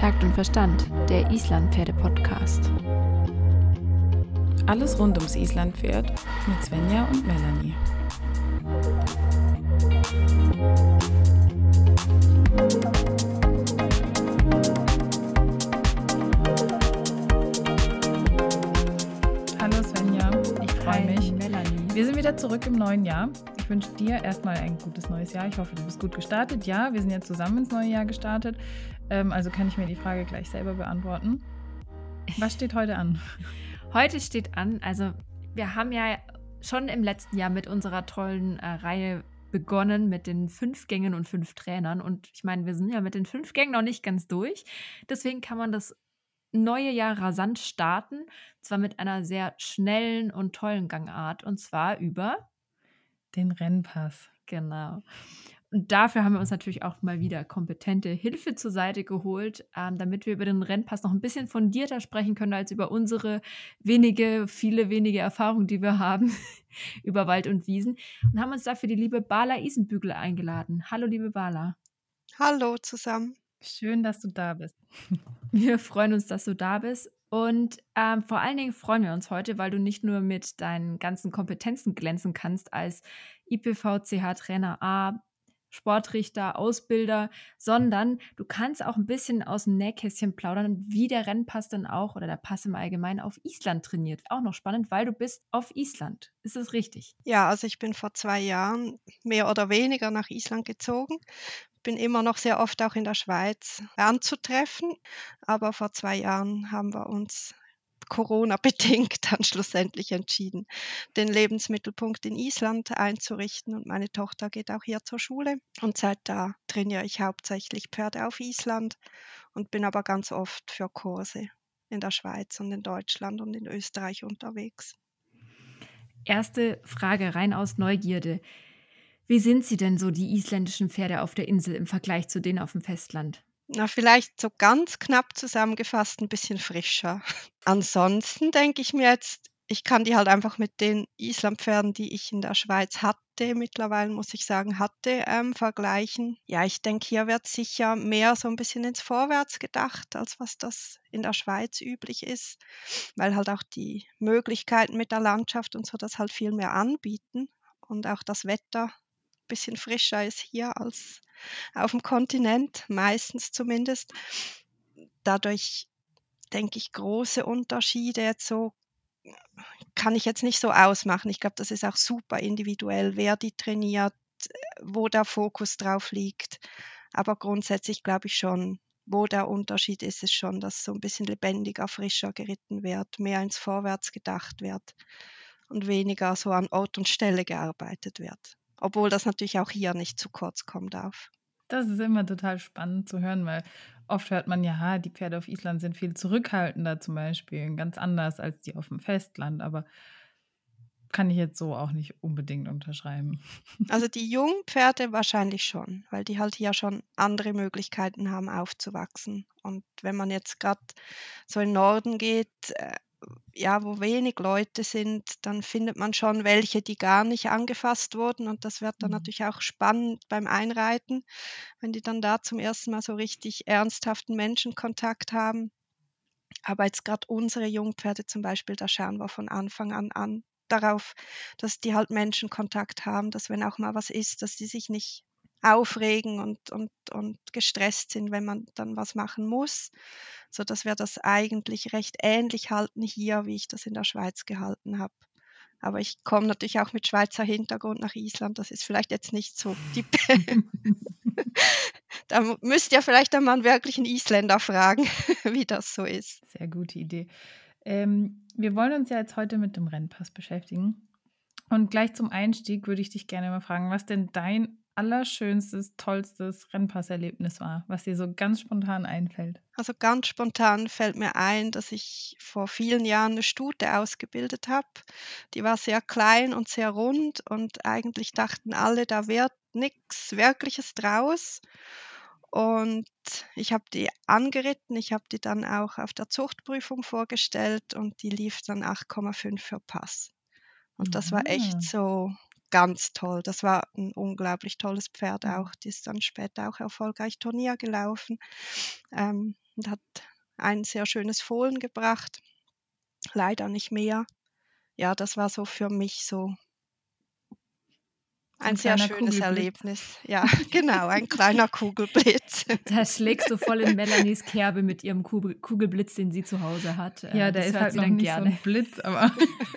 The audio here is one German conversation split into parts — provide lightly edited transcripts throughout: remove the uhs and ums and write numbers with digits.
Takt und Verstand, der Islandpferde-Podcast. Alles rund ums Islandpferd mit Svenja und Melanie. Hallo Svenja, ich freue mich. Melanie. Wir sind wieder zurück im neuen Jahr. Ich wünsche dir erstmal ein gutes neues Jahr. Ich hoffe, du bist gut gestartet. Ja, wir sind jetzt zusammen ins neue Jahr gestartet. Also kann ich mir die Frage gleich selber beantworten. Was steht heute an? Heute steht an, also wir haben ja schon im letzten Jahr mit unserer tollen Reihe begonnen mit den 5 Gängen und 5 Trainern. Und ich meine, wir sind ja mit den 5 Gängen noch nicht ganz durch. Deswegen kann man das neue Jahr rasant starten. Zwar mit einer sehr schnellen und tollen Gangart. Und zwar über den Rennpass. Genau. Und dafür haben wir uns natürlich auch mal wieder kompetente Hilfe zur Seite geholt, damit wir über den Rennpass noch ein bisschen fundierter sprechen können als über unsere viele wenige Erfahrungen, die wir haben über Wald und Wiesen. Und haben uns dafür die liebe Bala Isenbügel eingeladen. Hallo, liebe Bala. Hallo zusammen. Schön, dass du da bist. Wir freuen uns, dass du da bist. Und vor allen Dingen freuen wir uns heute, weil du nicht nur mit deinen ganzen Kompetenzen glänzen kannst als IPVCH-Trainer A, Sportrichter, Ausbilder, sondern du kannst auch ein bisschen aus dem Nähkästchen plaudern, wie der Rennpass dann auch oder der Pass im Allgemeinen auf Island trainiert. Auch noch spannend, weil du bist auf Island. Ist das richtig? Ja, also ich bin vor 2 Jahren mehr oder weniger nach Island gezogen. Bin immer noch sehr oft auch in der Schweiz anzutreffen, aber vor 2 Jahren haben wir uns Corona-bedingt dann schlussendlich entschieden, den Lebensmittelpunkt in Island einzurichten und meine Tochter geht auch hier zur Schule und seit da trainiere ich hauptsächlich Pferde auf Island und bin aber ganz oft für Kurse in der Schweiz und in Deutschland und in Österreich unterwegs. Erste Frage rein aus Neugierde. Wie sind sie denn so, die isländischen Pferde auf der Insel im Vergleich zu denen auf dem Festland? Na, vielleicht so ganz knapp zusammengefasst ein bisschen frischer. Ansonsten denke ich mir jetzt, ich kann die halt einfach mit den Islandpferden, die ich in der Schweiz mittlerweile muss ich sagen vergleichen. Ja, ich denke, hier wird sicher mehr so ein bisschen ins Vorwärts gedacht, als was das in der Schweiz üblich ist, weil halt auch die Möglichkeiten mit der Landschaft und so das halt viel mehr anbieten und auch das Wetter ein bisschen frischer ist hier als auf dem Kontinent, meistens zumindest. Dadurch denke ich, große Unterschiede jetzt so kann ich jetzt nicht so ausmachen. Ich glaube, das ist auch super individuell, wer die trainiert, wo der Fokus drauf liegt. Aber grundsätzlich glaube ich schon, wo der Unterschied ist, ist schon, dass so ein bisschen lebendiger, frischer geritten wird, mehr ins Vorwärts gedacht wird und weniger so an Ort und Stelle gearbeitet wird. Obwohl das natürlich auch hier nicht zu kurz kommen darf. Das ist immer total spannend zu hören, weil oft hört man ja, die Pferde auf Island sind viel zurückhaltender zum Beispiel, ganz anders als die auf dem Festland, aber kann ich jetzt so auch nicht unbedingt unterschreiben. Also die jungen Pferde wahrscheinlich schon, weil die halt hier schon andere Möglichkeiten haben aufzuwachsen. Und wenn man jetzt gerade so in den Norden geht, ja, wo wenig Leute sind, dann findet man schon welche, die gar nicht angefasst wurden. Und das wird dann natürlich auch spannend beim Einreiten, wenn die dann da zum ersten Mal so richtig ernsthaften Menschenkontakt haben. Aber jetzt gerade unsere Jungpferde zum Beispiel, da schauen wir von Anfang an darauf, dass die halt Menschenkontakt haben, dass wenn auch mal was ist, dass die sich nicht aufregen und gestresst sind, wenn man dann was machen muss, sodass wir das eigentlich recht ähnlich halten hier, wie ich das in der Schweiz gehalten habe. Aber ich komme natürlich auch mit Schweizer Hintergrund nach Island, das ist vielleicht jetzt nicht so die Da müsst ihr vielleicht einmal wirklich einen Isländer fragen, wie das so ist. Sehr gute Idee. Wir wollen uns ja jetzt heute mit dem Rennpass beschäftigen. Und gleich zum Einstieg würde ich dich gerne mal fragen, was denn dein allerschönstes, tollstes Rennpasserlebnis war, was dir so ganz spontan einfällt. Also ganz spontan fällt mir ein, dass ich vor vielen Jahren eine Stute ausgebildet habe. Die war sehr klein und sehr rund und eigentlich dachten alle, da wird nichts Wirkliches draus. Und ich habe die angeritten, ich habe die dann auch auf der Zuchtprüfung vorgestellt und die lief dann 8,5 für Pass. Und das war echt so ganz toll. Das war ein unglaublich tolles Pferd auch. Die ist dann später auch erfolgreich Turnier gelaufen, und hat ein sehr schönes Fohlen gebracht, leider nicht mehr. Ja, das war so für mich so So ein ein sehr kleiner schönes Kugelblitz. Erlebnis. Ja, genau, ein kleiner Kugelblitz. Da schlägst du voll in Melanies Kerbe mit ihrem Kugelblitz, den sie zu Hause hat. Ja, der Das ist hört halt sie noch dann nicht so gerne. ein Blitz, aber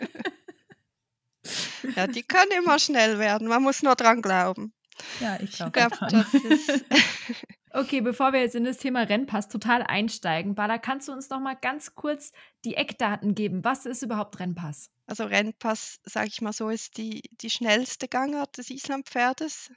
Ja, die können immer schnell werden. Man muss nur dran glauben. ja, ich Ich glaube auch glaube, dran. das ist Okay, bevor wir jetzt in das Thema Rennpass total einsteigen, Bala, kannst du uns noch mal ganz kurz die Eckdaten geben? Was ist überhaupt Rennpass? also Rennpass, sage ich mal so, ist die schnellste Gangart des Islampferdes.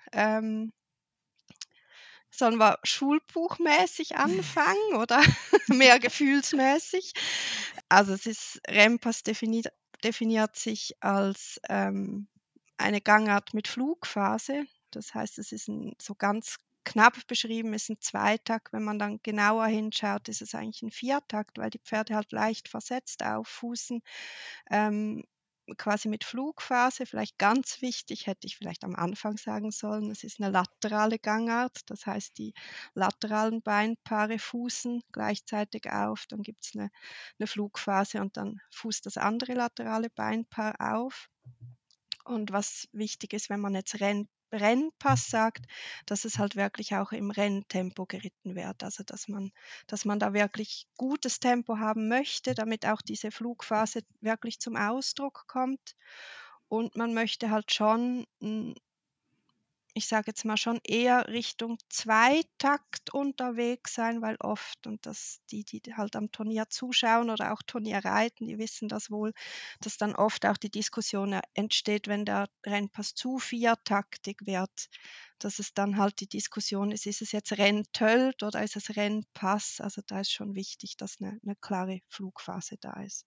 Sollen wir schulbuchmäßig anfangen oder mehr gefühlsmäßig? Also Rennpass definiert sich als eine Gangart mit Flugphase. Das heißt, es ist so ganz knapp beschrieben, ist ein Zweitakt. Wenn man dann genauer hinschaut, ist es eigentlich ein Viertakt, weil die Pferde halt leicht versetzt auffußen. Ähm, Quasi mit Flugphase, vielleicht ganz wichtig, hätte ich vielleicht am Anfang sagen sollen, es ist eine laterale Gangart, das heißt, die lateralen Beinpaare fußen gleichzeitig auf, dann gibt es eine Flugphase und dann fußt das andere laterale Beinpaar auf. Und was wichtig ist, wenn man jetzt Rennpass sagt, dass es halt wirklich auch im Renntempo geritten wird. Also dass man da wirklich gutes Tempo haben möchte, damit auch diese Flugphase wirklich zum Ausdruck kommt. Und man möchte halt schon ich sage jetzt mal schon eher Richtung Zweitakt unterwegs sein, weil oft, und die halt am Turnier zuschauen oder auch Turnier reiten, die wissen das wohl, dass dann oft auch die Diskussion entsteht, wenn der Rennpass zu viertaktig wird, dass es dann halt die Diskussion ist es jetzt Renntölt oder ist es Rennpass? Also da ist schon wichtig, dass eine klare Flugphase da ist.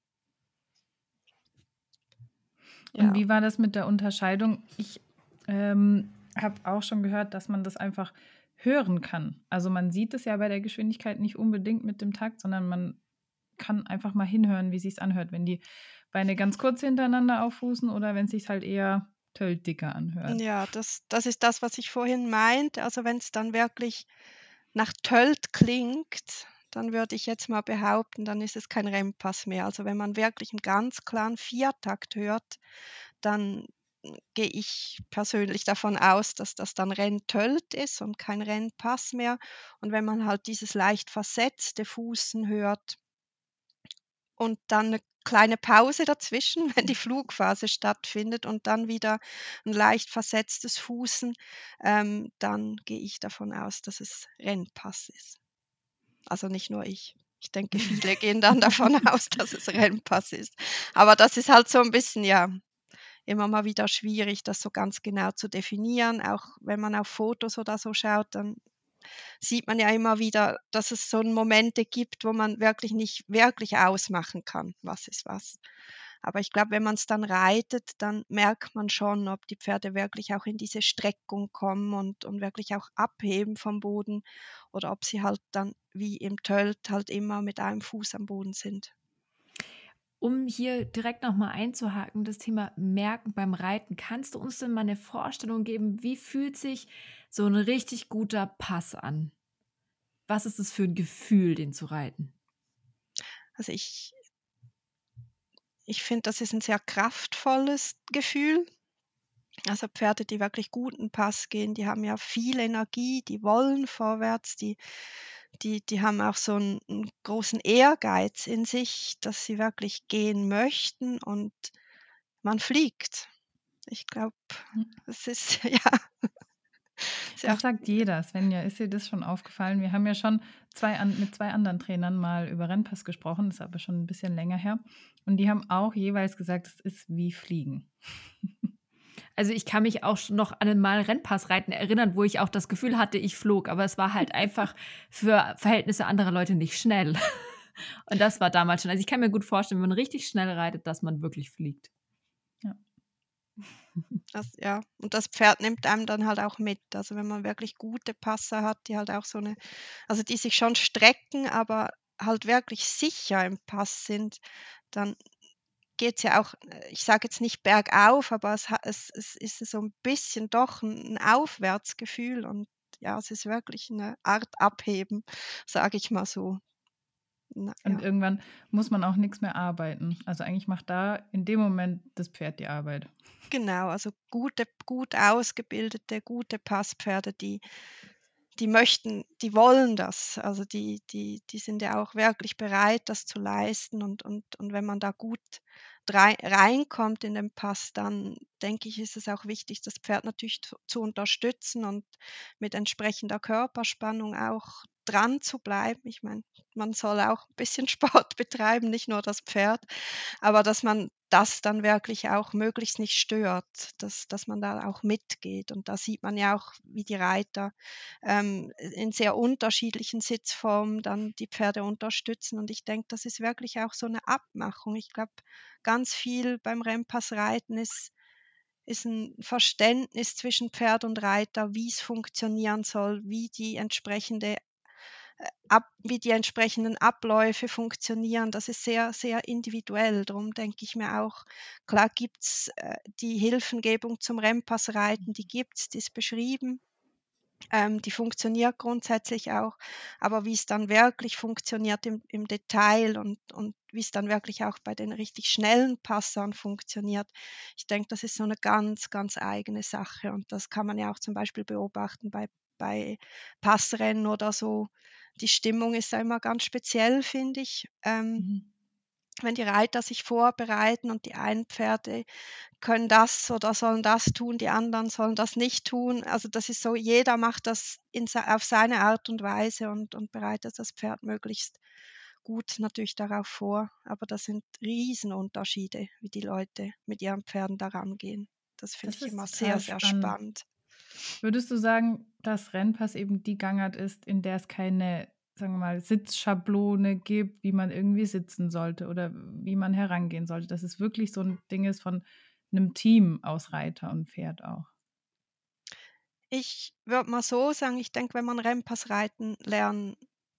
Und Ja. wie war das mit der Unterscheidung? Ich habe auch schon gehört, dass man das einfach hören kann. Also man sieht es ja bei der Geschwindigkeit nicht unbedingt mit dem Takt, sondern man kann einfach mal hinhören, wie sich's anhört, wenn die Beine ganz kurz hintereinander auffußen oder wenn sich's halt eher töltdicker anhört. Ja, das ist das, was ich vorhin meinte. Also wenn es dann wirklich nach Tölt klingt, dann würde ich jetzt mal behaupten, dann ist es kein Rennpass mehr. Also wenn man wirklich einen ganz klaren Viertakt hört, dann gehe ich persönlich davon aus, dass das dann Renntölt ist und kein Rennpass mehr. Und wenn man halt dieses leicht versetzte Fußen hört und dann 'ne kleine Pause dazwischen, wenn die Flugphase stattfindet und dann wieder 'n leicht versetztes Fußen, dann gehe ich davon aus, dass es Rennpass ist. Also nicht nur ich. Ich denke, viele gehen dann davon aus, dass es Rennpass ist. Aber das ist halt so 'n bisschen, ja, immer mal wieder schwierig, das so ganz genau zu definieren. Auch wenn man auf Fotos oder so schaut, dann sieht man ja immer wieder, dass es so Momente gibt, wo man wirklich nicht wirklich ausmachen kann, was ist was. Aber ich glaube, wenn man es dann reitet, dann merkt man schon, ob die Pferde wirklich auch in diese Streckung kommen und wirklich auch abheben vom Boden oder ob sie halt dann wie im Tölt halt immer mit einem Fuß am Boden sind. Um hier direkt noch mal einzuhaken, das Thema Merken beim Reiten. Kannst du uns denn mal eine Vorstellung geben, wie fühlt sich so ein richtig guter Pass an? Was ist es für ein Gefühl, den zu reiten? Also ich finde, das ist ein sehr kraftvolles Gefühl. Also Pferde, die wirklich guten Pass gehen, die haben ja viel Energie, die wollen vorwärts, die haben auch so einen großen Ehrgeiz in sich, dass sie wirklich gehen möchten und man fliegt. Ich glaube, es ist ja sehr Das sagt jeder, Svenja. Ist dir das schon aufgefallen? Wir haben ja schon mit zwei anderen Trainern mal über Rennpass gesprochen, das ist aber schon ein bisschen länger her. Und die haben auch jeweils gesagt, es ist wie Fliegen. Also, ich kann mich auch schon noch an ein Mal Rennpassreiten erinnern, wo ich auch das Gefühl hatte, ich flog, aber es war halt einfach für Verhältnisse anderer Leute nicht schnell. Und das war damals schon, also, ich kann mir gut vorstellen, wenn man richtig schnell reitet, dass man wirklich fliegt. Ja. ja, und das Pferd nimmt einem dann halt auch mit. Also, wenn man wirklich gute Passer hat, die halt auch also, die sich schon strecken, aber halt wirklich sicher im Pass sind, dann geht es ja auch, ich sage jetzt nicht bergauf, aber es ist so ein bisschen doch ein Aufwärtsgefühl und ja, es ist wirklich eine Art Abheben, sage ich mal so. Na Und ja. irgendwann muss man auch nichts mehr arbeiten. Also eigentlich macht da in dem Moment das Pferd die Arbeit. Genau, also gut ausgebildete, gute Passpferde, die möchten, die wollen das. Also die sind ja auch wirklich bereit, das zu leisten und wenn man da gut reinkommt in den Pass, dann denke ich, ist es auch wichtig, das Pferd natürlich zu unterstützen und mit entsprechender Körperspannung auch dran zu bleiben. Ich meine, man soll auch ein bisschen Sport betreiben, nicht nur das Pferd, aber dass man das dann wirklich auch möglichst nicht stört, dass man da auch mitgeht. Und da sieht man ja auch, wie die Reiter in sehr unterschiedlichen Sitzformen dann die Pferde unterstützen. Und ich denke, das ist wirklich auch so eine Abmachung. Ich glaube, ganz viel beim Rennpassreiten ist ein Verständnis zwischen Pferd und Reiter, wie es funktionieren soll, wie die entsprechenden Abläufe funktionieren. Das ist sehr, sehr individuell. Darum denke ich mir auch, klar gibt's die Hilfengebung zum Rennpassreiten, die gibt's, die ist beschrieben. Die funktioniert grundsätzlich auch, aber wie es dann wirklich funktioniert im Detail und wie es dann wirklich auch bei den richtig schnellen Passern funktioniert, ich denke, das ist so eine ganz, ganz eigene Sache und das kann man ja auch zum Beispiel beobachten bei Passrennen oder so. Die Stimmung ist da immer ganz speziell, finde ich, Mhm. wenn die Reiter sich vorbereiten und die einen Pferde können das oder sollen das tun, die anderen sollen das nicht tun. Also das ist so, jeder macht das auf seine Art und Weise und bereitet das Pferd möglichst gut natürlich darauf vor. Aber das sind Riesenunterschiede, wie die Leute mit ihren Pferden daran gehen. Das finde Das ich ist immer sehr, total sehr spannend. spannend. Würdest du sagen, dass Rennpass eben die Gangart ist, in der es keine, sagen wir mal, Sitzschablone gibt, wie man irgendwie sitzen sollte oder wie man herangehen sollte, dass es wirklich so ein Ding ist von einem Team aus Reiter und Pferd auch? Ich würde mal so sagen, ich denke, wenn man Rennpass reiten lernen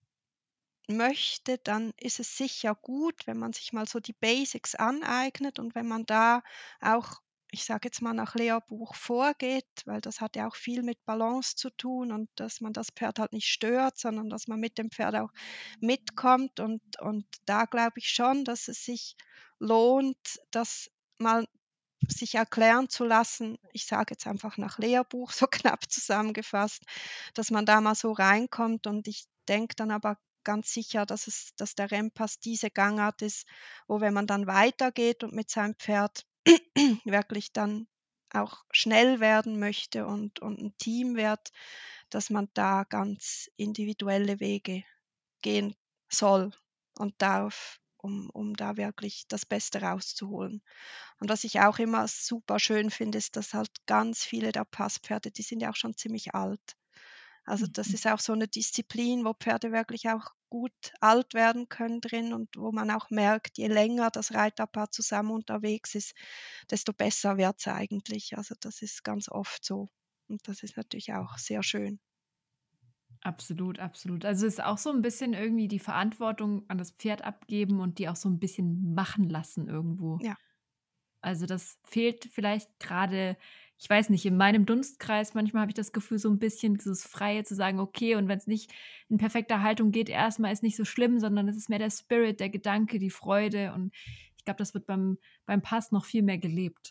möchte, dann ist es sicher gut, wenn man sich mal so die Basics aneignet und wenn man da auch, ich sage jetzt mal, nach Lehrbuch vorgeht, weil das hat ja auch viel mit Balance zu tun und dass man das Pferd halt nicht stört, sondern dass man mit dem Pferd auch mitkommt und da glaube ich schon, dass es sich lohnt, das mal sich erklären zu lassen, ich sage jetzt einfach nach Lehrbuch, so knapp zusammengefasst, dass man da mal so reinkommt und ich denke dann aber ganz sicher, dass der Rennpass diese Gangart ist, wo wenn man dann weitergeht und mit seinem Pferd wirklich dann auch schnell werden möchte und ein Team wird, dass man da ganz individuelle Wege gehen soll und darf, um da wirklich das Beste rauszuholen. Und was ich auch immer super schön finde, ist, dass halt ganz viele der Passpferde, die sind ja auch schon ziemlich alt. Also das Mhm. ist auch so eine Disziplin, wo Pferde wirklich auch gut alt werden können drin und wo man auch merkt, je länger das Reiterpaar zusammen unterwegs ist, desto besser wird es eigentlich. Also das ist ganz oft so. Und das ist natürlich auch sehr schön. Absolut, absolut. Also ist auch so ein bisschen irgendwie die Verantwortung an das Pferd abgeben und die auch so ein bisschen machen lassen irgendwo. Ja. Also, das fehlt vielleicht gerade, ich weiß nicht, in meinem Dunstkreis manchmal habe ich das Gefühl, so ein bisschen dieses Freie zu sagen: „Okay, und wenn es nicht in perfekter Haltung geht, erstmal ist nicht so schlimm, sondern es ist mehr der Spirit, der Gedanke, die Freude.“ Und ich glaube, das wird beim Pass noch viel mehr gelebt.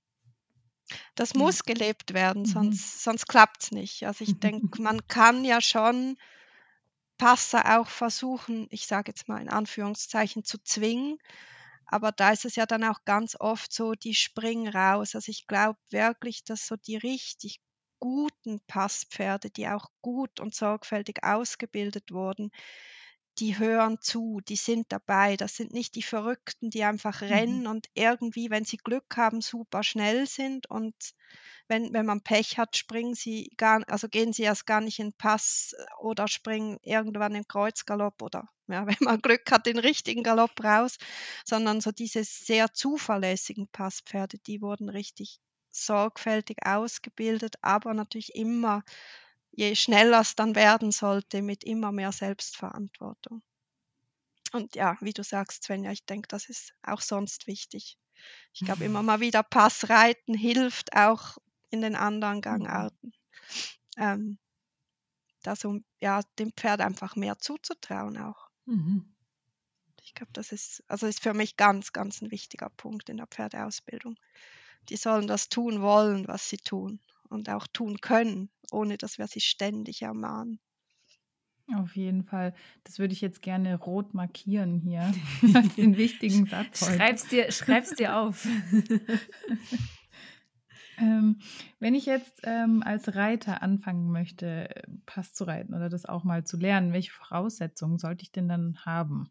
Das Ja. muss gelebt werden, Mhm. sonst klappt's nicht. Also, ich denke, man kann ja schon Passer auch versuchen, ich sage jetzt mal in Anführungszeichen, zu zwingen, aber da ist es ja dann auch ganz oft so, die springen raus. Also, ich glaube wirklich, dass so die richtig guten Passpferde, die auch gut und sorgfältig ausgebildet wurden, die hören zu, die sind dabei. Das sind nicht die Verrückten, die einfach Mhm. rennen und irgendwie, wenn sie Glück haben, super schnell sind und wenn man Pech hat, gehen sie erst gar nicht in 'n Pass oder springen irgendwann in Kreuzgalopp oder, ja, wenn man Glück hat, den richtigen Galopp raus, sondern so diese sehr zuverlässigen Passpferde, die wurden richtig sorgfältig ausgebildet, aber natürlich immer, je schneller es dann werden sollte, mit immer mehr Selbstverantwortung. Und ja, wie du sagst, Svenja, ich denke, das ist auch sonst wichtig. Ich glaube, immer mal wieder Passreiten hilft auch in den anderen Gangarten. Ähm, da so, ja, dem Pferd einfach mehr zuzutrauen auch. Ich glaube, das ist für mich ganz, ganz ein wichtiger Punkt in der Pferdeausbildung. Die sollen das tun wollen, was sie tun und auch tun können, ohne dass wir sie ständig ermahnen. Auf jeden Fall. Das würde ich jetzt gerne rot markieren hier als den wichtigen Satz heute. Schreib's dir auf. Wenn ich jetzt als Reiter anfangen möchte, Pass zu reiten oder das auch mal zu lernen, welche Voraussetzungen sollte ich denn dann haben?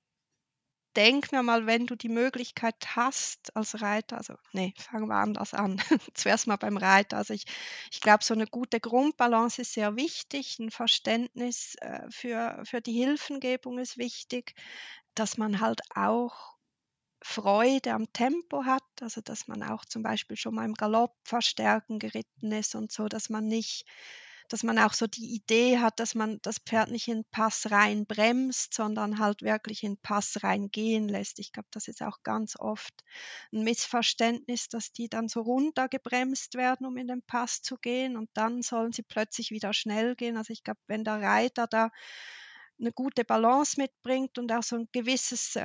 Denk mir mal, wenn du die Möglichkeit hast als Reiter, also nee, fangen wir anders an. Zuerst mal beim Reiter. Also ich glaube, so eine gute Grundbalance ist sehr wichtig. Ein Verständnis für die Hilfengebung ist wichtig, dass man halt auch Freude am Tempo hat, also dass man auch zum Beispiel schon mal im Galopp verstärken geritten ist und so, dass man auch so die Idee hat, dass man das Pferd nicht in 'n Pass rein bremst, sondern halt wirklich in 'n Pass reingehen lässt. Ich glaube, das ist auch ganz oft ein Missverständnis, dass die dann so runtergebremst werden, um in den Pass zu gehen und dann sollen sie plötzlich wieder schnell gehen. Also, ich glaube, wenn der Reiter da eine gute Balance mitbringt und auch so ein gewisses,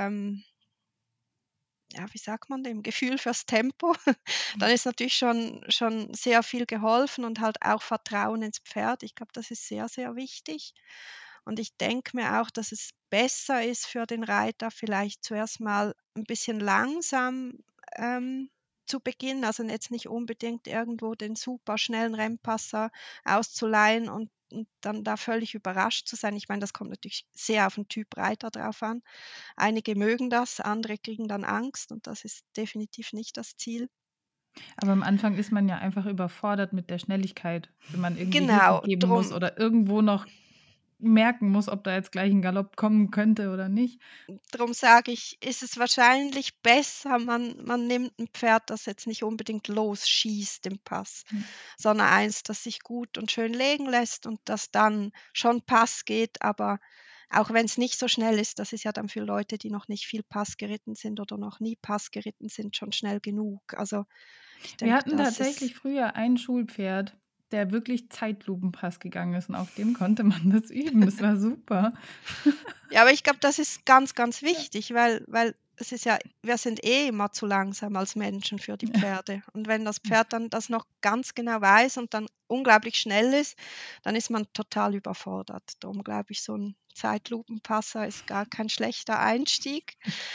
ja, wie sagt man dem, Gefühl fürs Tempo, dann ist natürlich schon sehr viel geholfen und halt auch Vertrauen ins Pferd. Ich glaube, das ist sehr, sehr wichtig. Und ich denke mir auch, dass es besser ist für den Reiter, vielleicht zuerst mal ein bisschen langsam, zu beginnen. Also, jetzt nicht unbedingt irgendwo den super schnellen Rennpasser auszuleihen und dann da völlig überrascht zu sein. Ich meine, das kommt natürlich sehr auf den Typ Reiter drauf an. Einige mögen das, andere kriegen dann Angst und das ist definitiv nicht das Ziel. Aber am Anfang ist man ja einfach überfordert mit der Schnelligkeit, wenn man irgendwie Hilfe Genau, geben muss drum oder irgendwo noch merken muss, ob da jetzt gleich ein Galopp kommen könnte oder nicht. drum sage ich, ist es wahrscheinlich besser, man nimmt 'n Pferd, das jetzt nicht unbedingt losschießt im Pass, Hm. sondern eins, das sich gut und schön legen lässt und das dann schon Pass geht, aber auch wenn's nicht so schnell ist, das ist ja dann für Leute, die noch nicht viel Pass geritten sind oder noch nie Pass geritten sind, schon schnell genug. Also, ich Wir denke, hatten das ist tatsächlich früher ein Schulpferd, der wirklich Zeitlupenpass gegangen ist und auf dem konnte man das üben. Das war super. Ja, aber ich glaube, das ist ganz, ganz Ja. wichtig, weil es ist ja wir sind eh immer zu langsam als Menschen für die Pferde. Und wenn das Pferd dann das noch ganz genau weiß und dann unglaublich schnell ist, dann ist man total überfordert. Darum glaube ich, so 'n Zeitlupenpasser ist gar kein schlechter Einstieg.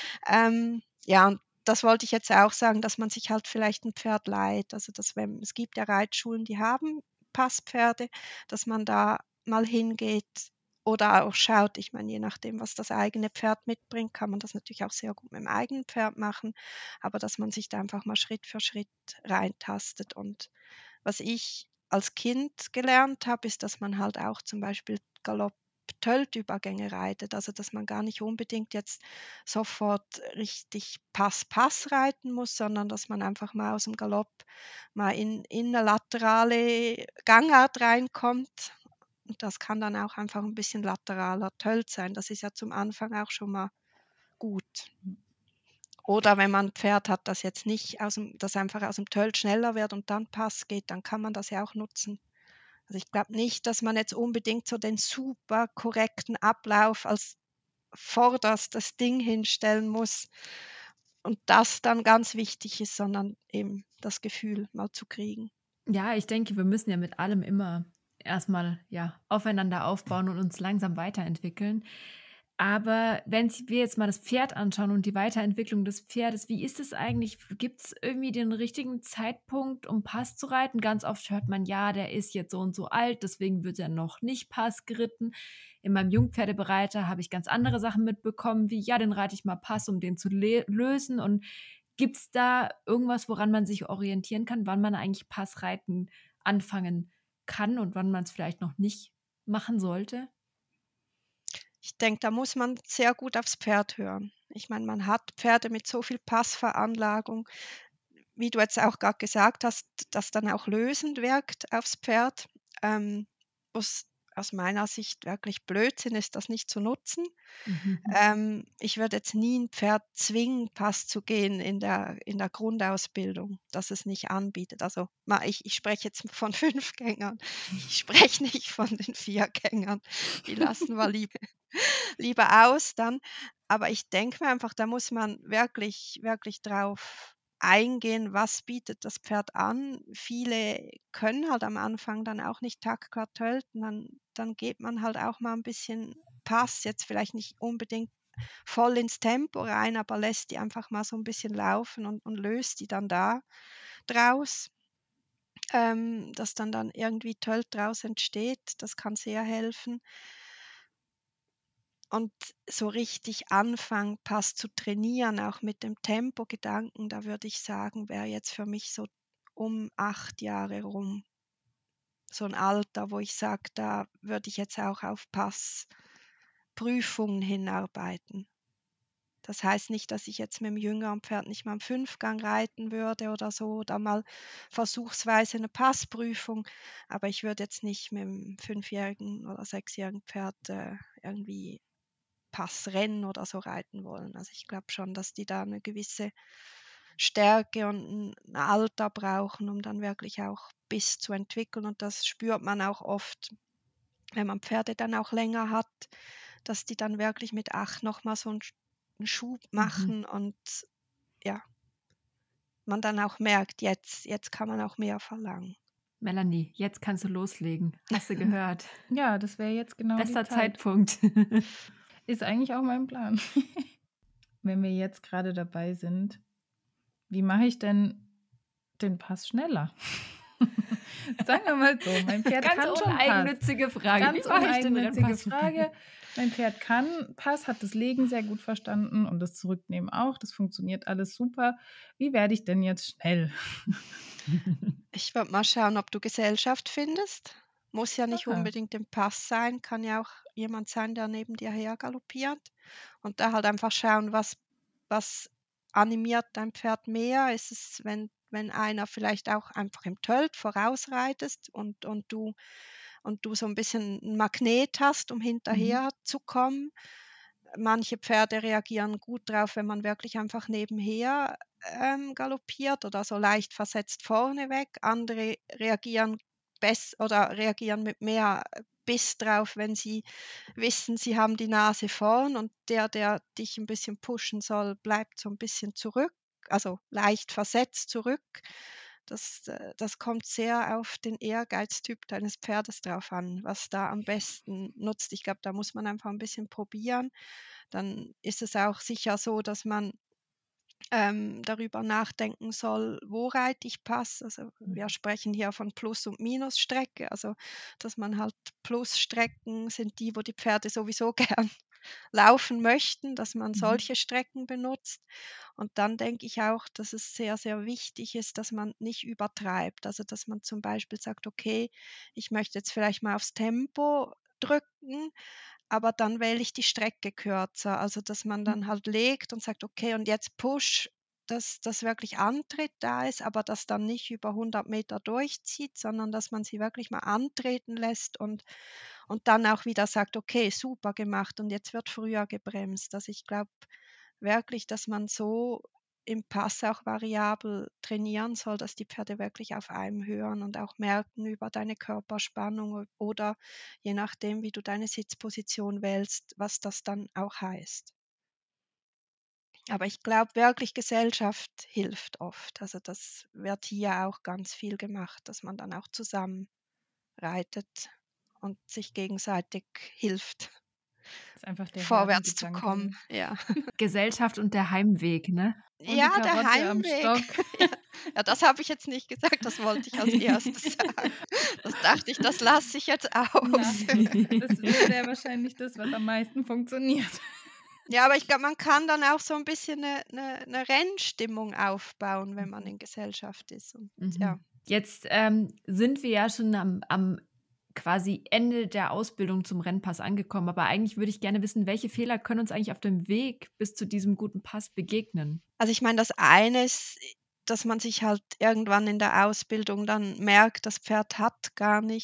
Ja, und das wollte ich jetzt auch sagen, dass man sich halt vielleicht 'n Pferd leiht. Also, dass wenn es gibt ja Reitschulen, die haben Passpferde, dass man da mal hingeht oder auch schaut, ich meine, je nachdem, was das eigene Pferd mitbringt, kann man das natürlich auch sehr gut mit dem eigenen Pferd machen, aber dass man sich da einfach mal Schritt für Schritt reintastet. Und was ich als Kind gelernt habe, ist, dass man halt auch zum Beispiel Galopp-Tölt-Übergänge reitet, also dass man gar nicht unbedingt jetzt sofort richtig Pass reiten muss, sondern dass man einfach mal aus dem Galopp mal in 'ne laterale Gangart reinkommt und das kann dann auch einfach ein bisschen lateraler Tölt sein. Das ist ja zum Anfang auch schon mal gut. Oder wenn man 'n Pferd hat, das jetzt nicht das einfach aus dem Tölt schneller wird und dann Pass geht, dann kann man das ja auch nutzen. Also, ich glaube nicht, dass man jetzt unbedingt so den super korrekten Ablauf als vorderstes Ding hinstellen muss und das dann ganz wichtig ist, sondern eben das Gefühl mal zu kriegen. Ja, ich denke, wir müssen ja mit allem immer erstmal ja, aufeinander aufbauen und uns langsam weiterentwickeln. Aber wenn wir jetzt mal das Pferd anschauen und die Weiterentwicklung des Pferdes, wie ist es eigentlich? Gibt es irgendwie den richtigen Zeitpunkt, um Pass zu reiten? Ganz oft hört man, ja, der ist jetzt so und so alt, deswegen wird er noch nicht Pass geritten. In meinem Jungpferdebereiter habe ich ganz andere Sachen mitbekommen, wie, ja, den reite ich mal Pass, um den zu lösen. Und gibt es da irgendwas, woran man sich orientieren kann, wann man eigentlich Passreiten anfangen kann und wann man es vielleicht noch nicht machen sollte? Ich denke, da muss man sehr gut aufs Pferd hören. Ich meine, man hat Pferde mit so viel Passveranlagung, wie du jetzt auch gerade gesagt hast, das dann auch lösend wirkt aufs Pferd, wo's aus meiner Sicht wirklich Blödsinn ist, das nicht zu nutzen. Ich würde jetzt nie ein Pferd zwingen, Pass zu gehen in der Grundausbildung, dass es nicht anbietet. Also ich spreche jetzt von Fünfgängern. Ich spreche nicht von den Viergängern. Die lassen wir lieber aus dann. Aber ich denke mir einfach, da muss man wirklich, wirklich drauf eingehen, was bietet das Pferd an. Viele können halt am Anfang dann auch nicht Takquart tölten, dann geht man halt auch mal ein bisschen Pass, jetzt vielleicht nicht unbedingt voll ins Tempo rein, aber lässt die einfach mal so ein bisschen laufen und löst die dann da draus, dass dann irgendwie Tölt draus entsteht. Das kann sehr helfen. Und so richtig anfangen, Pass zu trainieren, auch mit dem Tempogedanken, da würde ich sagen, wäre jetzt für mich so um 8 Jahre rum. So ein Alter, wo ich sage, da würde ich jetzt auch auf Passprüfungen hinarbeiten. Das heißt nicht, dass ich jetzt mit dem jüngeren Pferd nicht mal im Fünfgang reiten würde oder so, oder mal versuchsweise eine Passprüfung, aber ich würde jetzt nicht mit dem 5-jährigen oder 6-jährigen Pferd irgendwie Passrennen oder so reiten wollen. Also ich glaube schon, dass die da eine gewisse Stärke und ein Alter brauchen, um dann wirklich auch Biss zu entwickeln. Und das spürt man auch oft, wenn man Pferde dann auch länger hat, dass die dann wirklich mit 8 nochmal so einen Schub machen und ja, man dann auch merkt, jetzt kann man auch mehr verlangen. Melanie, jetzt kannst du loslegen. Hast du gehört? Ja, das wäre jetzt genau die Bester Zeit. Zeitpunkt. Ist eigentlich auch mein Plan. Wenn wir jetzt gerade dabei sind, wie mache ich denn den Pass schneller? Sagen wir mal so, mein Pferd Ganz kann schon Pass. uneigennützige Frage. Ganz Wie mache ich den uneigennützige Rennpass? Frage. Mein Pferd kann Pass, hat das Legen sehr gut verstanden und das Zurücknehmen auch. Das funktioniert alles super. Wie werde ich denn jetzt schnell? Ich würde mal schauen, ob du Gesellschaft findest. Muss ja nicht Aha. unbedingt im Pass sein, kann ja auch jemand sein, der neben dir her galoppiert. Und da halt einfach schauen, was animiert dein Pferd mehr? Ist es, wenn einer vielleicht auch einfach im Tölt vorausreitest und du so ein bisschen 'n Magnet hast, um hinterher zu kommen? Manche Pferde reagieren gut drauf, wenn man wirklich einfach nebenher, galoppiert oder so leicht versetzt vorne weg. Andere reagieren mit mehr Biss drauf, wenn sie wissen, sie haben die Nase vorn und der dich ein bisschen pushen soll, bleibt so ein bisschen zurück, also leicht versetzt zurück. Das kommt sehr auf den Ehrgeiztyp deines Pferdes drauf an, was da am besten nutzt. Ich glaube, da muss man einfach ein bisschen probieren. Dann ist es auch sicher so, dass man darüber nachdenken soll, wo reite ich Pass. Also wir sprechen hier von Plus- und Minusstrecke. Also dass man halt Plusstrecken sind die, wo die Pferde sowieso gern laufen möchten, dass man solche Strecken benutzt. Und dann denke ich auch, dass es sehr, sehr wichtig ist, dass man nicht übertreibt. Also dass man zum Beispiel sagt, okay, ich möchte jetzt vielleicht mal aufs Tempo drücken, aber dann wähle ich die Strecke kürzer. Also dass man dann halt legt und sagt, okay, und jetzt Push, dass wirklich Antritt da ist, aber das dann nicht über 100 Meter durchzieht, sondern dass man sie wirklich mal antreten lässt und dann auch wieder sagt: „Okay, super gemacht und jetzt wird früher gebremst.“ Also, ich glaube wirklich, dass man so im Pass auch variabel trainieren soll, dass die Pferde wirklich auf einem hören und auch merken über deine Körperspannung oder je nachdem, wie du deine Sitzposition wählst, was das dann auch heißt. Aber ich glaube wirklich, Gesellschaft hilft oft. Also, das wird hier auch ganz viel gemacht, dass man dann auch zusammen reitet und sich gegenseitig hilft, Das ist einfach der vorwärts zu Herdengedanke. kommen. Ja. Gesellschaft und der Heimweg, ne? Und die Ja, der Karotte am Heimweg. Stock. Ja. Ja, das habe ich jetzt nicht gesagt, das wollte ich als Erstes sagen. Das dachte ich, das lasse ich jetzt aus. Nein, das wäre wahrscheinlich das, was am meisten funktioniert. Ja, aber ich glaube, man kann dann auch so ein bisschen eine Rennstimmung aufbauen, wenn man in Gesellschaft ist und ja. Jetzt sind wir ja schon am quasi Ende der Ausbildung zum Rennpass angekommen, aber eigentlich würde ich gerne wissen, welche Fehler können uns eigentlich auf dem Weg bis zu diesem guten Pass begegnen? Also, ich meine, das eine ist, dass man sich halt irgendwann in der Ausbildung dann merkt, das Pferd hat gar nicht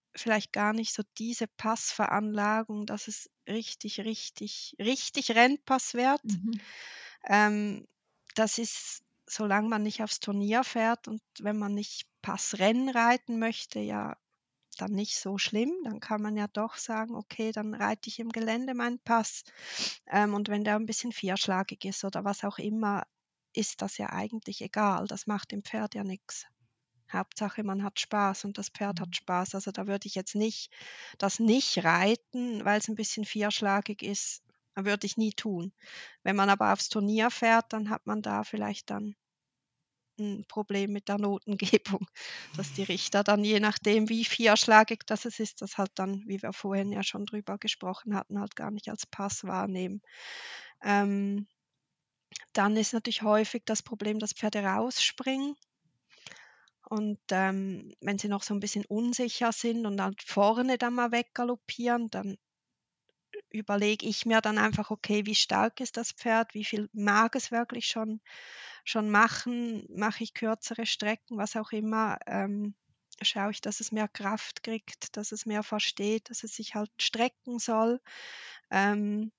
vielleicht gar nicht so diese Passveranlagung, dass es richtig, richtig, richtig Rennpass wird. Mhm. Ähm, Das ist, solange man nicht aufs Turnier fährt und wenn man nicht Passrennen reiten möchte, ja dann nicht so schlimm. Dann kann man ja doch sagen: „Okay, dann reite ich im Gelände meinen Pass.“ Und wenn der ein bisschen vierschlagig ist oder was auch immer, ist das ja eigentlich egal. Das macht dem Pferd ja nix. Hauptsache, man hat Spaß und das Pferd hat Spaß. Also, da würde ich jetzt nicht das nicht reiten, weil es ein bisschen vierschlagig ist, würde ich nie tun. Wenn man aber aufs Turnier fährt, dann hat man da vielleicht dann 'n Problem mit der Notengebung, dass die Richter dann, je nachdem, wie vierschlagig das es ist, das halt dann, wie wir vorhin ja schon drüber gesprochen hatten, halt gar nicht als Pass wahrnehmen. Ähm, Dann ist natürlich häufig das Problem, dass Pferde rausspringen und, wenn sie noch so 'n bisschen unsicher sind und dann vorne dann mal weggaloppieren, dann überlege ich mir dann einfach: „Okay, wie stark ist das Pferd? Wie viel mag es wirklich schon machen? Mache ich kürzere Strecken?“ Was auch immer, schaue ich, dass es mehr Kraft kriegt, dass es mehr versteht, dass es sich halt strecken soll. Ähm,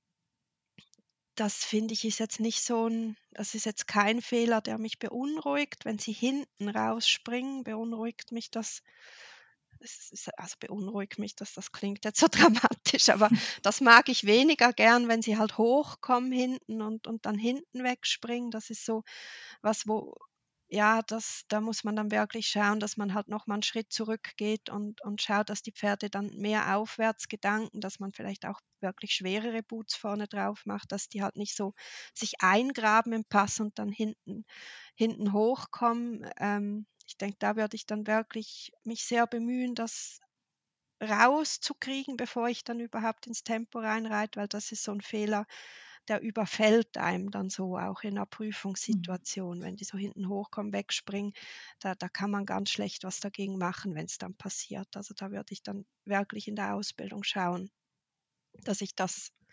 Das finde ich, ist jetzt nicht so 'n das ist jetzt kein Fehler, der mich beunruhigt. Wenn sie hinten rausspringen, beunruhigt mich das. Es ist, also, beunruhigt mich, das klingt jetzt so dramatisch, aber das mag ich weniger gern, wenn sie halt hochkommen hinten und dann hinten wegspringen. Das ist so was, wo, ja, da muss man dann wirklich schauen, dass man halt noch mal 'n Schritt zurückgeht und schaut, dass die Pferde dann mehr Aufwärtsgedanken, dass man vielleicht auch wirklich schwerere Boots vorne drauf macht, dass die halt nicht so sich eingraben im Pass und dann hinten hochkommen. Ich denke, da würde ich dann wirklich mich sehr bemühen, das rauszukriegen, bevor ich dann überhaupt ins Tempo reinreite, weil das ist so 'n Fehler, der überfällt einem dann so auch in 'ner Mhm. Prüfungssituation. Wenn die so hinten hochkommen, wegspringen, da kann man ganz schlecht was dagegen machen, wenn's dann passiert. Also, da würde ich dann wirklich in der Ausbildung schauen, dass ich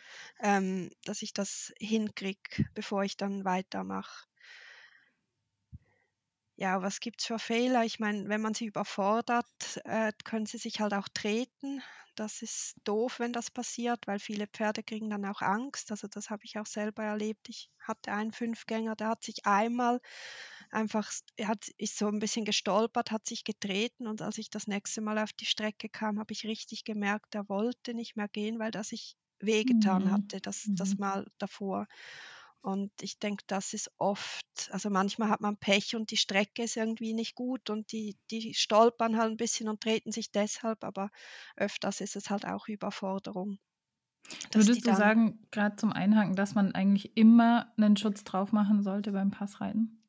das hinkriege, bevor ich dann weitermache. Ja, was gibt's für Fehler? Ich meine, wenn man sie überfordert, können sie sich halt auch treten. Das ist doof, wenn das passiert, weil viele Pferde kriegen dann auch Angst. Also, das habe ich auch selber erlebt. Ich hatte einen Fünfgänger, der hat sich einmal einfach ist so ein bisschen gestolpert, hat sich getreten und als ich das nächste Mal auf die Strecke kam, habe ich richtig gemerkt, er wollte nicht mehr gehen, weil er sich wehgetan Mhm. hatte, das Mhm. Mal davor. Und ich denke, das ist oft, also, manchmal hat man Pech und die Strecke ist irgendwie nicht gut und die stolpern halt ein bisschen und treten sich deshalb, aber öfters ist es halt auch Überforderung, dass die Würdest du dann sagen, gerade zum Einhaken, dass man eigentlich immer einen Schutz drauf machen sollte beim Passreiten?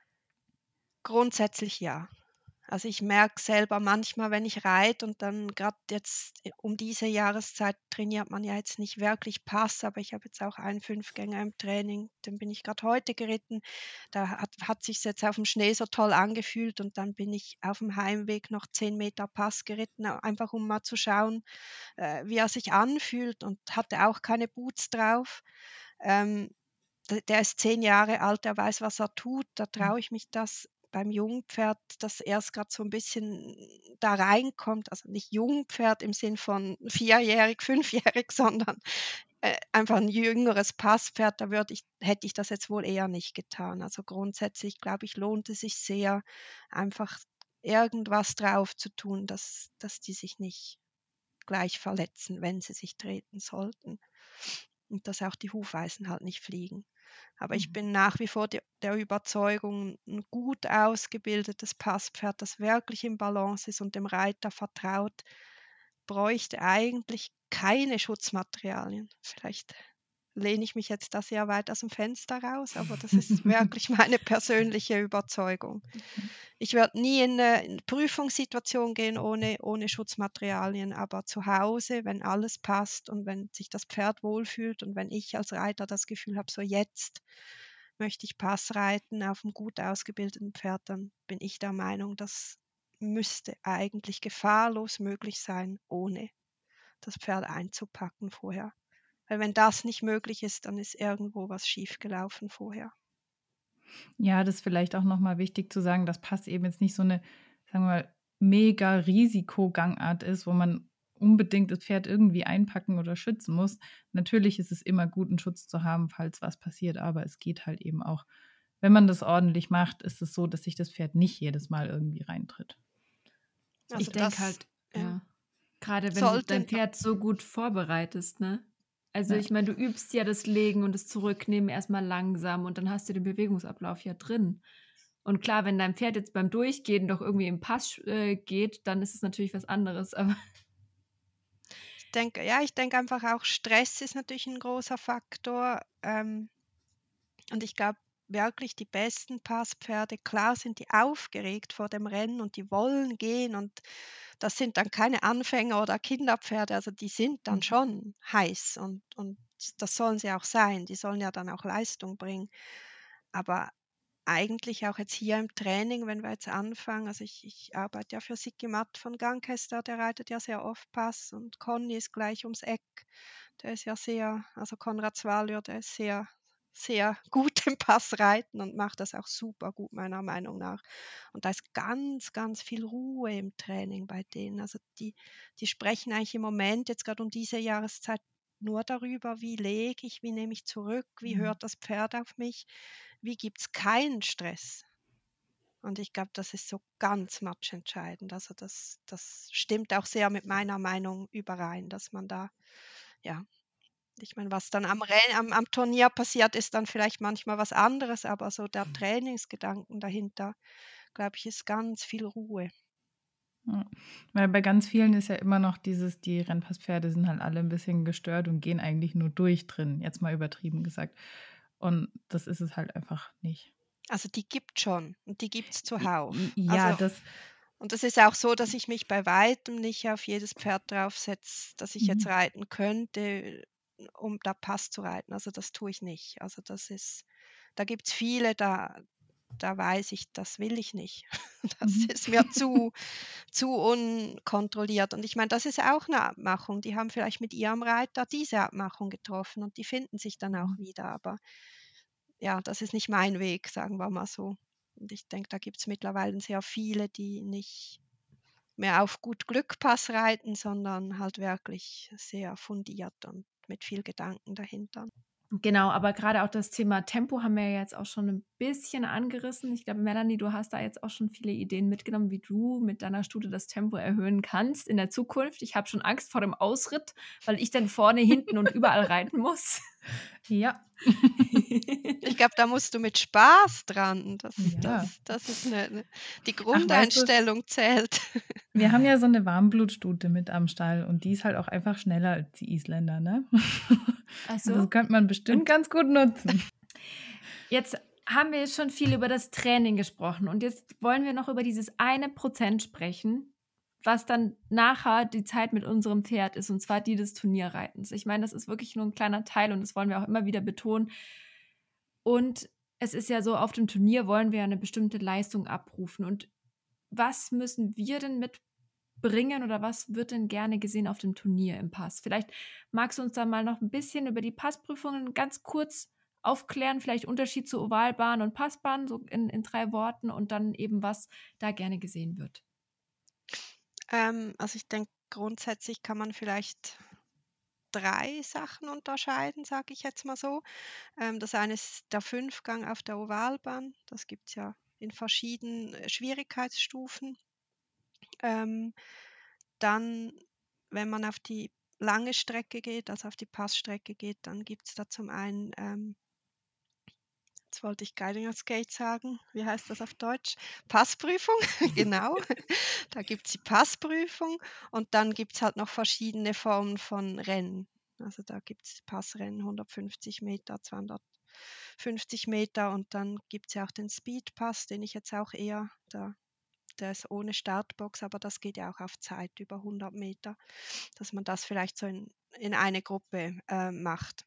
grundsätzlich ja. Also, ich merke selber manchmal, wenn ich reite und dann gerade jetzt, um diese Jahreszeit trainiert man ja jetzt nicht wirklich Pass, aber ich habe jetzt auch einen Fünfgänger im Training, den bin ich gerade heute geritten. Da hat sich's jetzt auf dem Schnee so toll angefühlt und dann bin ich auf dem Heimweg noch 10 Meter Pass geritten, einfach um mal zu schauen, wie er sich anfühlt, und hatte auch keine Boots drauf. Ähm, Der ist 10 Jahre alt, der weiß, was er tut. Da traue ich mich das beim Jungpferd, das erst grad so 'n bisschen da reinkommt, also nicht Jungpferd im Sinn von vierjährig, fünfjährig, sondern, einfach 'n jüngeres Passpferd, da hätte ich das jetzt wohl eher nicht getan. Also, grundsätzlich, glaube ich, lohnt es sich sehr, einfach irgendwas drauf zu tun, dass die sich nicht gleich verletzen, wenn sie sich treten sollten und dass auch die Hufeisen halt nicht fliegen. Aber ich Mhm. bin nach wie vor der Überzeugung, 'n gut ausgebildetes Passpferd, das wirklich im Balance ist und dem Reiter vertraut, bräuchte eigentlich keine Schutzmaterialien. Vielleicht lehne ich mich jetzt da sehr weit aus dem Fenster raus, aber das ist wirklich meine persönliche Überzeugung. Ich werde nie in 'ne Prüfungssituation gehen ohne Schutzmaterialien, aber zu Hause, wenn alles passt und wenn sich das Pferd wohlfühlt und wenn ich als Reiter das Gefühl habe, so jetzt möchte ich Pass reiten auf 'm gut ausgebildeten Pferd, dann bin ich der Meinung, das müsste eigentlich gefahrlos möglich sein, ohne das Pferd einzupacken vorher. Weil wenn das nicht möglich ist, dann ist irgendwo was schiefgelaufen vorher. Ja, das ist vielleicht auch noch mal wichtig zu sagen, dass Pass eben jetzt nicht so eine, sagen wir mal, mega Risikogangart ist, wo man unbedingt das Pferd irgendwie einpacken oder schützen muss. Natürlich ist es immer gut, einen Schutz zu haben, falls was passiert, aber es geht halt eben auch, wenn man das ordentlich macht, ist es so, dass sich das Pferd nicht jedes Mal irgendwie reintritt. Also Ich denke das halt, ja, ja, gerade wenn du dein sollte Pferd so gut vorbereitest, ne? Also Ja. ich meine, du übst ja das Legen und das Zurücknehmen erstmal langsam und dann hast du den Bewegungsablauf ja drin. Und klar, wenn dein Pferd jetzt beim Durchgehen doch irgendwie im Pass geht, dann ist es natürlich was anderes. Aber ich denke einfach auch, Stress ist natürlich ein großer Faktor. Und ich glaube wirklich, die besten Passpferde, klar sind die aufgeregt vor dem Rennen und die wollen gehen und das sind dann keine Anfänger oder Kinderpferde, also die sind dann Mhm. schon heiß und das sollen sie auch sein. Die sollen ja dann auch Leistung bringen. Aber eigentlich auch jetzt hier im Training, wenn wir jetzt anfangen, also ich arbeite ja für Sigi Matt von Gankester, der reitet ja sehr oft Pass und Conny ist gleich ums Eck. Der ist ja sehr, also Konrad Svalio, der ist sehr, sehr gut im Passreiten und macht das auch super gut, meiner Meinung nach. Und da ist ganz, ganz viel Ruhe im Training bei denen. Also die sprechen eigentlich im Moment, jetzt gerade um diese Jahreszeit, nur darüber, wie lege ich, wie nehme ich zurück, wie Mhm. hört das Pferd auf mich, wie gibt es keinen Stress. Und ich glaube, das ist so ganz matchentscheidend. Also das stimmt auch sehr mit meiner Meinung überein, dass man da, ja, ich meine, was dann am Turnier passiert, ist dann vielleicht manchmal was anderes, aber so der Trainingsgedanken dahinter, glaube ich, ist ganz viel Ruhe. Ja. Weil bei ganz vielen ist ja immer noch dieses, die Rennpasspferde sind halt alle ein bisschen gestört und gehen eigentlich nur durch drin, jetzt mal übertrieben gesagt. Und das ist es halt einfach nicht. Also die gibt schon und die gibt's zuhauf. Ja, Also das. und es ist auch so, dass ich mich bei Weitem nicht auf jedes Pferd draufsetze, das ich jetzt Mhm. reiten könnte, um da Pass zu reiten. Also das tue ich nicht. Also da gibt's viele, da weiß ich, das will ich nicht. Das Mhm. ist mir zu unkontrolliert. Und ich meine, das ist auch eine Abmachung. Die haben vielleicht mit ihrem Reiter diese Abmachung getroffen und die finden sich dann auch Mhm. wieder. Aber ja, das ist nicht mein Weg, sagen wir mal so. Und ich denke, da gibt es mittlerweile sehr viele, die nicht mehr auf gut Glück Pass reiten, sondern halt wirklich sehr fundiert und mit viel Gedanken dahinter. genau, aber gerade auch das Thema Tempo haben wir ja jetzt auch schon ein bisschen angerissen. Ich glaube, Melanie, du hast da jetzt auch schon viele Ideen mitgenommen, wie du mit deiner Stute das Tempo erhöhen kannst in der Zukunft. Ich habe schon Angst vor dem Ausritt, weil ich dann vorne, hinten und überall reiten muss. Ja. Ich glaube, da musst du mit Spaß dran. Ja. Das ist die Ach, weißt du, Grundeinstellung zählt. wir haben ja so eine Warmblutstute mit am Stall und die ist halt auch einfach schneller als die Isländer, ne? Ach Und das so. könnte man bestimmt Und ganz gut nutzen. jetzt haben wir schon viel über das Training gesprochen und jetzt wollen wir noch über dieses 1% sprechen, was dann nachher die Zeit mit unserem Pferd ist, und zwar die des Turnierreitens. Ich meine, das ist wirklich nur ein kleiner Teil und das wollen wir auch immer wieder betonen. Und es ist ja so, auf dem Turnier wollen wir eine bestimmte Leistung abrufen. Und was müssen wir denn mitbringen oder was wird denn gerne gesehen auf dem Turnier im Pass? Vielleicht magst du uns da mal noch ein bisschen über die Passprüfungen ganz kurz aufklären, vielleicht Unterschied zu Ovalbahn und Passbahn, so in 3 Worten und dann eben, was da gerne gesehen wird. Also ich denke, grundsätzlich kann man vielleicht 3 Sachen unterscheiden, sage ich jetzt mal so. Das eine ist der Fünfgang auf der Ovalbahn. Das gibt es ja in verschiedenen Schwierigkeitsstufen. Ähm, Dann, wenn man auf die lange Strecke geht, also auf die Passstrecke geht, dann gibt es da zum einen, jetzt wollte ich Guiding Skate sagen, wie heißt das auf Deutsch? Passprüfung, genau. Da gibt es die Passprüfung und dann gibt es halt noch verschiedene Formen von Rennen. Also da gibt es Passrennen, 150 Meter, 250 Meter und dann gibt es ja auch den Speedpass, den ich jetzt auch eher, der ist ohne Startbox, aber das geht ja auch auf Zeit über 100 Meter, dass man das vielleicht so in eine Gruppe macht.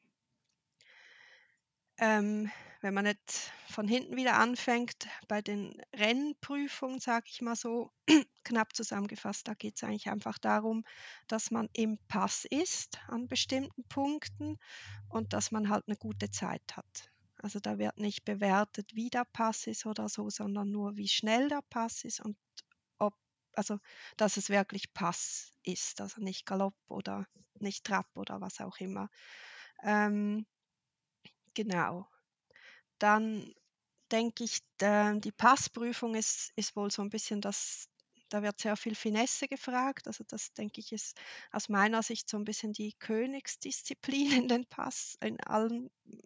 Ähm, Wenn man jetzt von hinten wieder anfängt, bei den Rennprüfungen, sage ich mal so, knapp zusammengefasst, da geht es eigentlich einfach darum, dass man im Pass ist an bestimmten Punkten und dass man halt eine gute Zeit hat. Also da wird nicht bewertet, wie der Pass ist oder so, sondern nur, wie schnell der Pass ist und ob also dass es wirklich Pass ist, also nicht Galopp oder nicht Trab oder was auch immer. Ähm, genau. Dann denke ich, die Passprüfung ist wohl so ein bisschen da wird sehr viel Finesse gefragt. Also, das denke ich, ist aus meiner Sicht so ein bisschen die Königsdisziplin in allen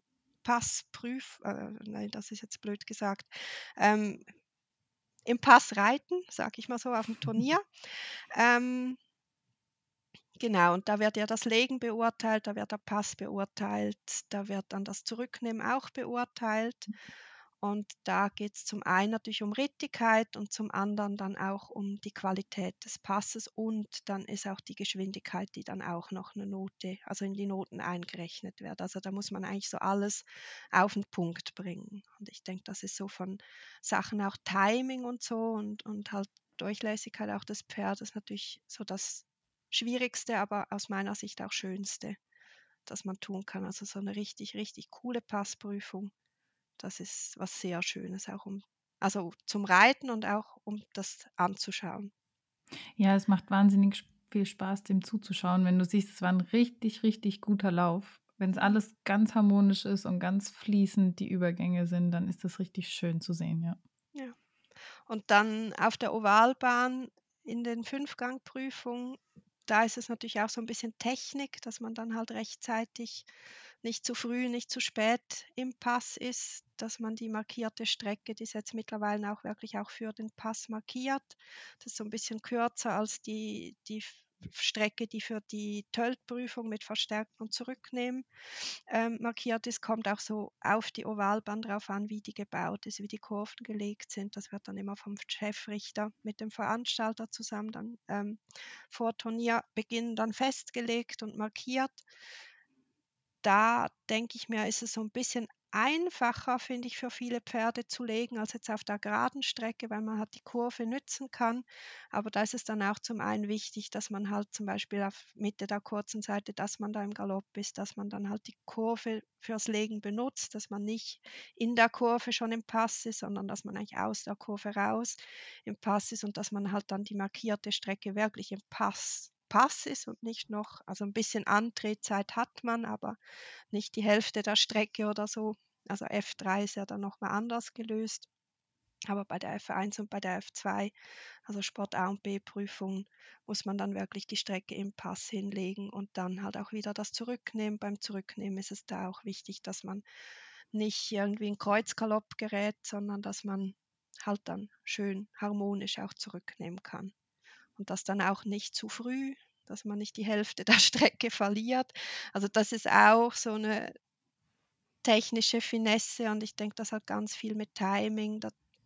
nein, das ist jetzt blöd gesagt, ähm, im Passreiten, sage ich mal so, auf dem Turnier. Ähm, genau, und da wird ja das Legen beurteilt, da wird der Pass beurteilt, da wird dann das Zurücknehmen auch beurteilt. Und da geht es zum einen natürlich um Rittigkeit und zum anderen dann auch um die Qualität des Passes und dann ist auch die Geschwindigkeit, die dann auch noch eine Note, also in die Noten eingerechnet wird. Also da muss man eigentlich so alles auf den Punkt bringen. Und ich denke, das ist so von Sachen auch Timing und so und halt Durchlässigkeit auch des Pferdes natürlich so das Schwierigste, aber aus meiner Sicht auch Schönste, das man tun kann. Also so eine richtig, richtig coole Passprüfung. Das ist was sehr Schönes, auch also zum Reiten und auch um das anzuschauen. Ja, es macht wahnsinnig viel Spaß, dem zuzuschauen, wenn du siehst, es war ein richtig, richtig guter Lauf. Wenn es alles ganz harmonisch ist und ganz fließend die Übergänge sind, dann ist das richtig schön zu sehen, ja. Ja. Und dann auf der Ovalbahn in den Fünfgangprüfungen, da ist es natürlich auch so ein bisschen Technik, dass man dann halt rechtzeitig nicht zu früh, nicht zu spät im Pass ist, dass man die markierte Strecke, die ist jetzt mittlerweile auch wirklich auch für den Pass markiert. Das ist so ein bisschen kürzer als die Strecke, die für die Tölt-Prüfung mit Verstärken und Zurücknehmen markiert ist, kommt auch so auf die Ovalbahn drauf an, wie die gebaut ist, wie die Kurven gelegt sind. Das wird dann immer vom Chefrichter mit dem Veranstalter zusammen dann vor Turnierbeginn dann festgelegt und markiert. Da denke ich mir, ist es so ein bisschen einfacher, finde ich, für viele Pferde zu legen als jetzt auf der geraden Strecke, weil man halt die Kurve nützen kann. Aber da ist es dann auch zum einen wichtig, dass man halt zum Beispiel auf Mitte der kurzen Seite, dass man da im Galopp ist, dass man dann halt die Kurve fürs Legen benutzt, dass man nicht in der Kurve schon im Pass ist, sondern dass man eigentlich aus der Kurve raus im Pass ist und dass man halt dann die markierte Strecke wirklich im Pass ist und nicht noch, also ein bisschen Antretzeit hat man, aber nicht die Hälfte der Strecke oder so. Also F3 ist ja dann nochmal anders gelöst. Aber bei der F1 und bei der F2, also Sport A und B-Prüfungen, muss man dann wirklich die Strecke im Pass hinlegen und dann halt auch wieder das Zurücknehmen. Beim Zurücknehmen ist es da auch wichtig, dass man nicht irgendwie in Kreuzgalopp gerät, sondern dass man halt dann schön harmonisch auch zurücknehmen kann. Und das dann auch nicht zu früh, dass man nicht die Hälfte der Strecke verliert. Also das ist auch so eine technische Finesse und ich denke, das hat ganz viel mit Timing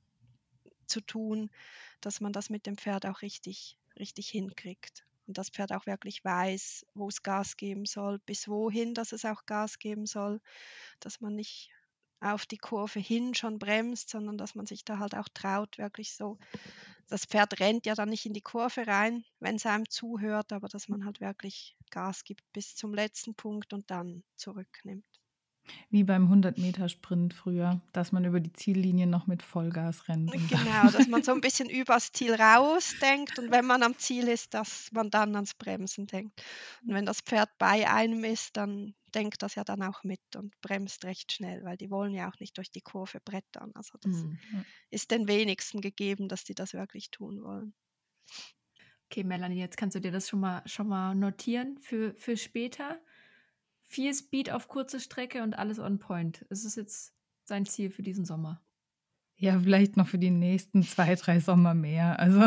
zu tun, dass man das mit dem Pferd auch richtig, richtig hinkriegt. Und das Pferd auch wirklich weiß, wo es Gas geben soll, bis wohin, dass es auch Gas geben soll, dass man nicht auf die Kurve hin schon bremst, sondern dass man sich da halt auch traut, wirklich so. Das Pferd rennt ja dann nicht in die Kurve rein, wenn es einem zuhört, aber dass man halt wirklich Gas gibt bis zum letzten Punkt und dann zurücknimmt. Wie beim 100-Meter-Sprint früher, dass man über die Ziellinie noch mit Vollgas rennt und Genau, dass man dann so ein bisschen übers Ziel rausdenkt und wenn man am Ziel ist, dass man dann ans Bremsen denkt. Und wenn das Pferd bei einem ist, dann denkt das ja dann auch mit und bremst recht schnell, weil die wollen ja auch nicht durch die Kurve brettern. Also das Mhm. ist den wenigsten gegeben, dass die das wirklich tun wollen. Okay, Melanie, jetzt kannst du dir das schon mal notieren für später. Viel Speed auf kurze Strecke und alles on point. Ist es jetzt sein Ziel für diesen Sommer? ja, vielleicht noch für die nächsten 2, 3 Sommer mehr. Also,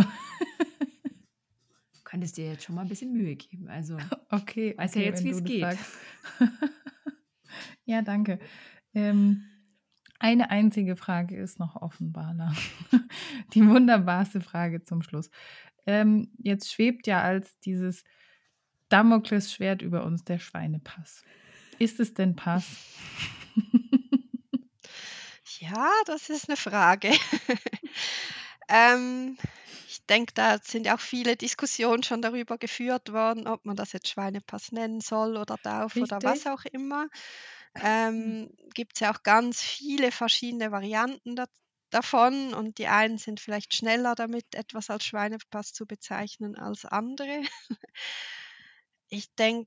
Du könntest dir jetzt schon mal ein bisschen Mühe geben. Also, okay, weiß ja jetzt, wenn wie du es das geht. sagst. Ja, danke. Eine einzige Frage ist noch offen, Bala. Die wunderbarste Frage zum Schluss. Jetzt schwebt ja als dieses Damoklesschwert über uns der Schweinepass. Ist es denn Pass? Ja, das ist eine Frage. Ähm, ich denke, da sind ja auch viele Diskussionen schon darüber geführt worden, ob man das jetzt Schweinepass nennen soll oder darf oder was Richtig? auch immer. Gibt es ja auch ganz viele verschiedene Varianten davon und die einen sind vielleicht schneller damit, etwas als Schweinepass zu bezeichnen als andere. Ich denke,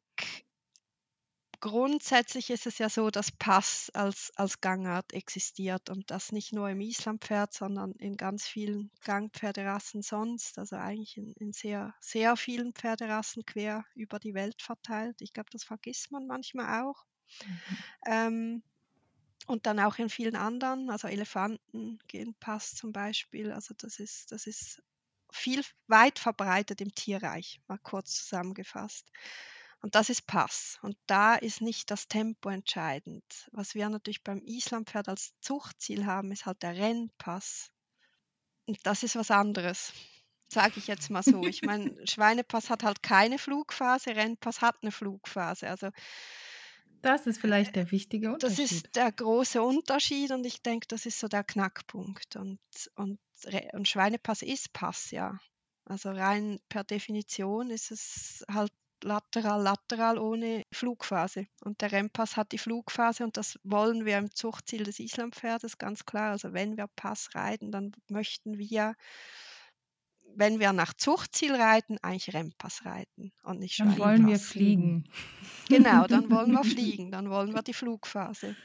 grundsätzlich ist es ja so, dass Pass als Gangart existiert und das nicht nur im Islampferd, sondern in ganz vielen Gangpferderassen sonst, also eigentlich in sehr, sehr vielen Pferderassen quer über die Welt verteilt. Ich glaube, das vergisst man manchmal auch. Ähm, und dann auch in vielen anderen, also Elefanten gehen Pass zum Beispiel, also das ist viel weit verbreitet im Tierreich, mal kurz zusammengefasst. Und das ist Pass. Und da ist nicht das Tempo entscheidend. Was wir natürlich beim Islampferd als Zuchtziel haben, ist halt der Rennpass. Und das ist was anderes, sage ich jetzt mal so. Ich meine, Schweinepass hat halt keine Flugphase, Rennpass hat eine Flugphase. Also Das ist vielleicht der wichtige das Unterschied. ist der große Unterschied und ich denke, das ist so der Knackpunkt. Und Schweinepass ist Pass, ja. Also rein per Definition ist es halt lateral ohne Flugphase. Und der Rennpass hat die Flugphase und das wollen wir im Zuchtziel des Islampferdes ganz klar. Also wenn wir Pass reiten, dann möchten wir, wenn wir nach Zuchtziel reiten, eigentlich Rennpass reiten und nicht Dann wollen wir Schweinepass. fliegen. Genau, dann wollen wir fliegen, dann wollen wir die Flugphase.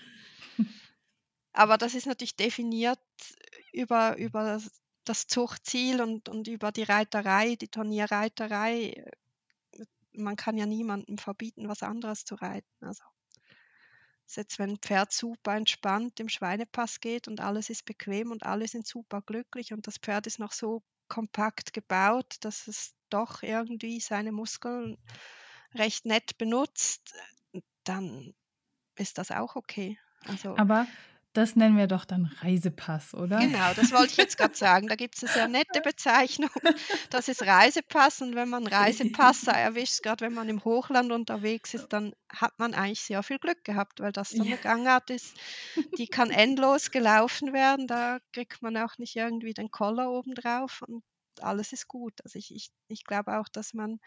Aber das ist natürlich definiert über das Zuchtziel und über die Reiterei, die Turnierreiterei. Man kann ja niemandem verbieten, was anderes zu reiten. Also ist jetzt, wenn ein Pferd super entspannt im Schweinepass geht und alles ist bequem und alle sind super glücklich und das Pferd ist noch so kompakt gebaut, dass es doch irgendwie seine Muskeln recht nett benutzt, dann ist das auch okay. Also Aber das nennen wir doch dann Reisepass, oder? genau, das wollte ich jetzt gerade sagen. Da gibt es eine sehr nette Bezeichnung. Das ist Reisepass und wenn man Reisepass erwischt, gerade wenn man im Hochland unterwegs ist, dann hat man eigentlich sehr viel Glück gehabt, weil das so eine Gangart ist, die kann endlos gelaufen werden. Da kriegt man auch nicht irgendwie den Koller obendrauf und alles ist gut. Also ich glaube auch, dass man,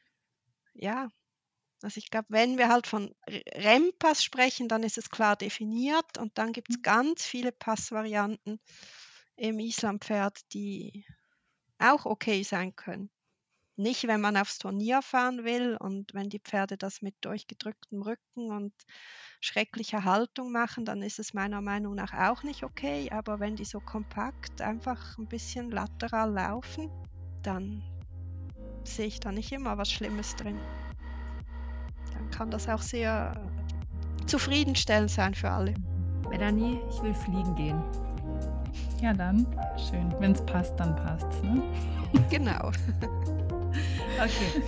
ja, also ich glaube, wenn wir halt von Rennpass sprechen, dann ist es klar definiert und dann gibt es ganz viele Passvarianten im Islampferd, die auch okay sein können. Nicht, wenn man aufs Turnier fahren will und wenn die Pferde das mit durchgedrücktem Rücken und schrecklicher Haltung machen, dann ist es meiner Meinung nach auch nicht okay. Aber wenn die so kompakt einfach ein bisschen lateral laufen, dann sehe ich da nicht immer was Schlimmes drin. Dann kann das auch sehr zufriedenstellend sein für alle. Melanie, ich will fliegen gehen. Ja, dann schön. Wenn es passt, dann passt's, ne? Genau. Okay.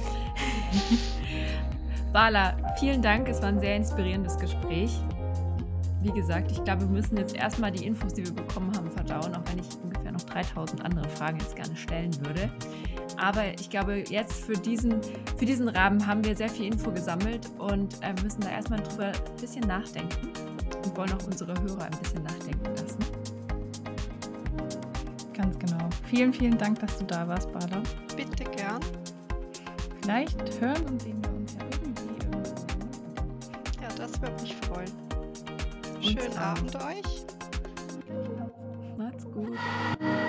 Bala, vielen Dank. Es war ein sehr inspirierendes Gespräch. Wie gesagt, ich glaube, wir müssen jetzt erstmal die Infos, die wir bekommen haben, verdauen, auch wenn ich ungefähr noch 3000 andere Fragen jetzt gerne stellen würde. Aber ich glaube, jetzt für diesen Rahmen haben wir sehr viel Info gesammelt und müssen da erstmal drüber ein bisschen nachdenken und wollen auch unsere Hörer ein bisschen nachdenken lassen. Ganz genau. Vielen, vielen Dank, dass du da warst, Bala. Bitte gern. Vielleicht hören und sehen wir uns ja irgendwie irgendwo. Ja, das würde mich freuen. Schönen Abend euch. Macht's gut.